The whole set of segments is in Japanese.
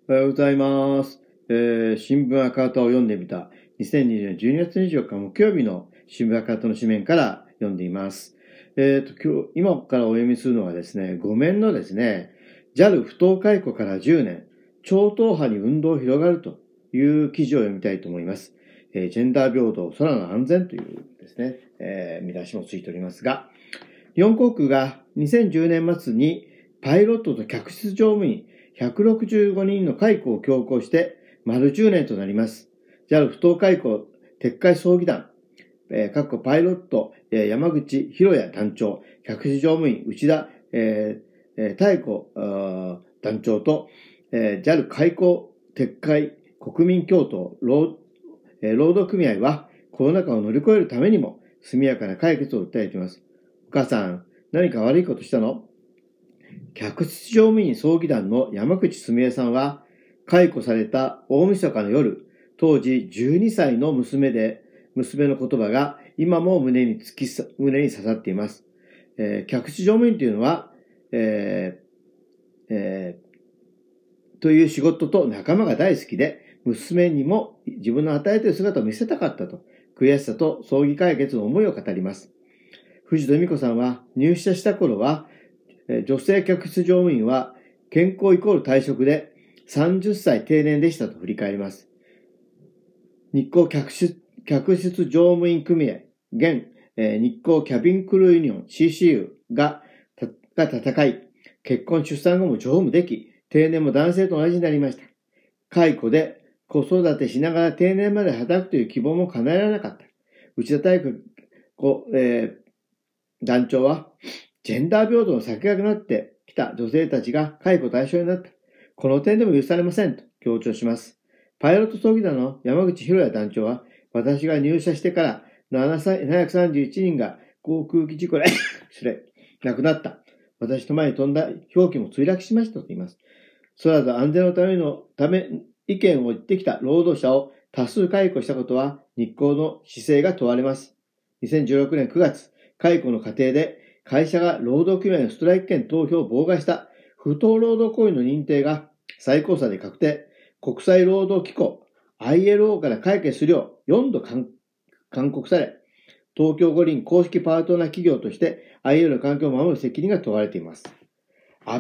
おはようございます。新聞赤旗を読んでみた。2020年12月24日木曜日の新聞赤旗の紙面から読んでいます。今からお読みするのはですね、5面のですね、JAL 不当解雇から10年、超党派に運動広がるという記事を読みたいと思います。ジェンダー平等、空の安全というですね、見出しもついておりますが、日本航空が2010年末にパイロットと客室乗務員165人の解雇を強行して丸10年となります。JAL 不当解雇撤回総議団、パイロット、山口博也団長、客室乗務員内田、太子団長と、JAL 解雇撤回国民共闘労働組合はコロナ禍を乗り越えるためにも速やかな解決を訴えています。お母さん、何か悪いことしたの？客室乗務員総議団の山口すみえさんは、解雇された大晦日の夜、当時12歳の娘の言葉が今も胸に刺さっています。客室乗務員というのは、という仕事と仲間が大好きで、娘にも自分の与えている姿を見せたかったと、悔しさと葬儀解決の思いを語ります。藤戸美子さんは入社した頃は、女性客室乗務員は健康イコール退職で30歳定年でしたと振り返ります。日光客室乗務員組合、現日光キャビンクルーユニオン CCU が戦い、結婚出産後も乗務でき、定年も男性と同じになりました。解雇で子育てしながら定年まで働くという希望も叶えられなかった。内田太子、団長は、ジェンダー平等の先駆けとなってきた女性たちが解雇対象になった。この点でも許されませんと強調します。パイロット葬儀団の山口博也団長は、私が入社してから731人が航空機事故で亡くなった。私の前に飛んだ飛行機も墜落しましたと言います。空と安全のため意見を言ってきた労働者を多数解雇したことは日光の姿勢が問われます。2016年9月、解雇の過程で会社が労働組合のストライキ権投票を妨害した不当労働行為の認定が最高裁で確定、国際労働機構 ILO から解決するよう4度勧告され、東京五輪公式パートナー企業として ILO の環境を守る責任が問われています。赤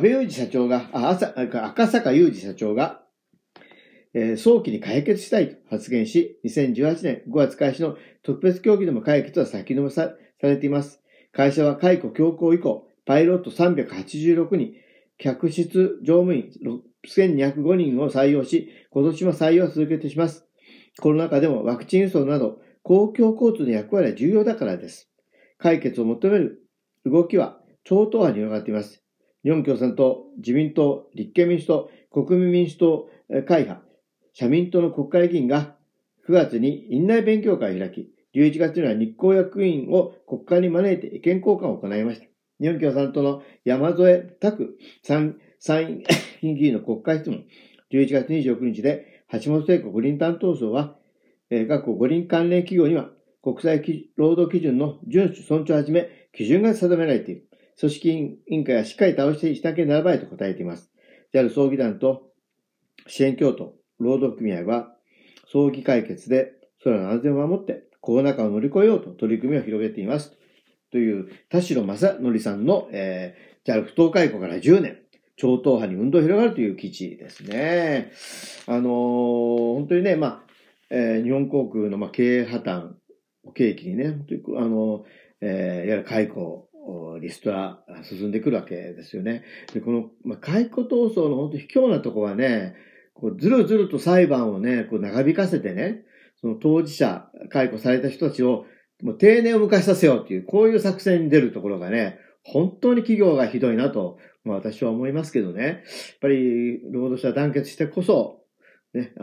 坂雄二社長が、早期に解決したいと発言し、2018年5月開始の特別協議でも解決は先延ばされています。会社は解雇強行以降、パイロット386人、客室乗務員6205人を採用し、今年も採用を続けてします。コロナ禍でもワクチン輸送など、公共交通の役割は重要だからです。解決を求める動きは超党派に広がっています。日本共産党、自民党、立憲民主党、国民民主党会派、社民党の国会議員が9月に院内勉強会を開き、11月には日光役員を国会に招いて意見交換を行いました。日本共産党の山添拓参院議員の国会質問、11月29日で橋本聖子五輪担当相は、各五輪関連企業には国際労働基準の遵守尊重をはじめ基準が定められている。組織委員会はしっかり倒してしなければならないと答えています。JAL 葬儀団と支援協党、労働組合は葬儀解決で空の安全を守ってコロナ禍を乗り越えようと取り組みを広げています。という田代正則さんの、JAL 不当解雇から10年、超党派に運動が広がるという記事ですね。本当にね、日本航空の経営破綻を契機にね、いわゆる解雇、リストラ進んでくるわけですよね。で、この、解雇闘争の本当に卑怯なところはね、ずるずると裁判をね、長引かせてね、その当事者、解雇された人たちを、もう定年を迎えさせようという、こういう作戦に出るところがね、本当に企業がひどいなと、私は思いますけどね。やっぱり、労働者団結してこそ、ね、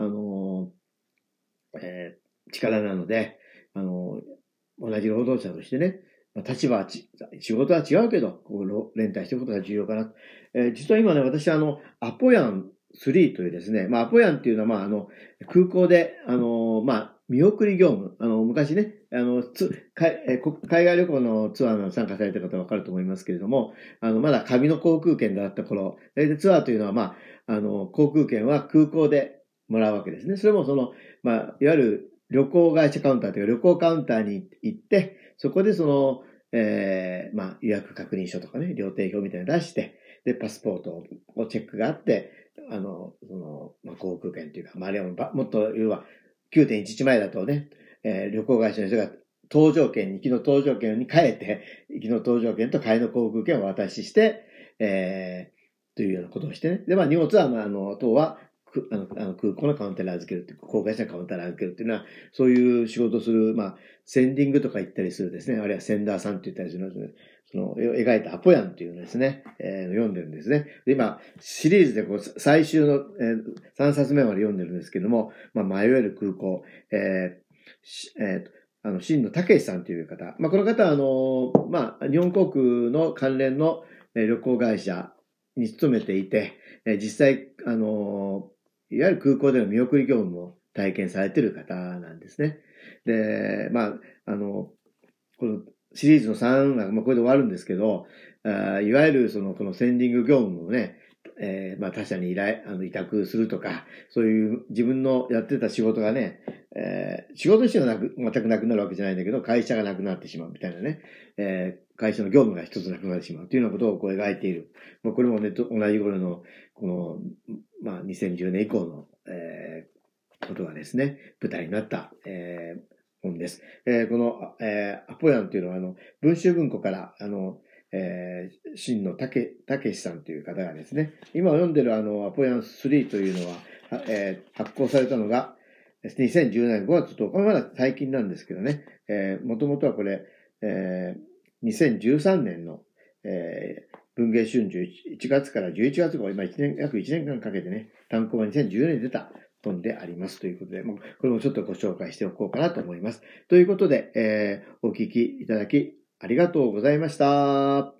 力なので、同じ労働者としてね、立場は仕事は違うけど、連帯していくことが重要かな。実は今ね、私アポヤン3というですね、アポヤンっていうのは、空港で、見送り業務、昔ね、 海外旅行のツアーの参加された方はわかると思いますけれども、まだ紙の航空券だった頃、でツアーというのは、航空券は空港でもらうわけですね。それもいわゆる旅行会社カウンターというか、旅行カウンターに行って、そこで予約確認書とかね、料亭表みたいなの出して、で、パスポートをチェックがあって、航空券というか、あるいはもっと言えば、9.11 前だとね、旅行会社の人が行きの搭乗券に変えて、行きの搭乗券と替えの航空券をお渡しして、というようなことをしてね。で、荷物は、当は、空港のカウンターに預けるっていう、航空会社のカウンターに預けるっていうのは、そういう仕事をする、センディングとか言ったりするですね、あるいはセンダーさんって言ったりするので、描いたアポヤンっていうのですね、読んでるんですね。で、今、シリーズで最終の、3冊目まで読んでるんですけども、迷える空港、新野武さんという方。この方は、日本航空の関連の旅行会社に勤めていて、実際、いわゆる空港での見送り業務を体験されている方なんですね。で、このシリーズの3が、これで終わるんですけど、いわゆるこのセンディング業務をね、他社に委託するとか、そういう自分のやってた仕事がね、仕事としては全くなくなるわけじゃないんだけど、会社がなくなってしまうみたいなね、会社の業務が一つなくなってしまうというようなことを描いている。これもね、同じ頃の、2010年以降の、ことがですね、舞台になった、本です。この、アポヤンというのは、文集文庫から、新野武さんという方がですね、今読んでるアポヤン3というのは、発行されたのが、2010年5月10日、まだ最近なんですけどね、もともとはこれ、2013年の、文藝春秋1月から11月号、約1年間かけてね、単行が2014年に出た本でありますということで、これもちょっとご紹介しておこうかなと思います。ということで、お聞きいただきありがとうございました。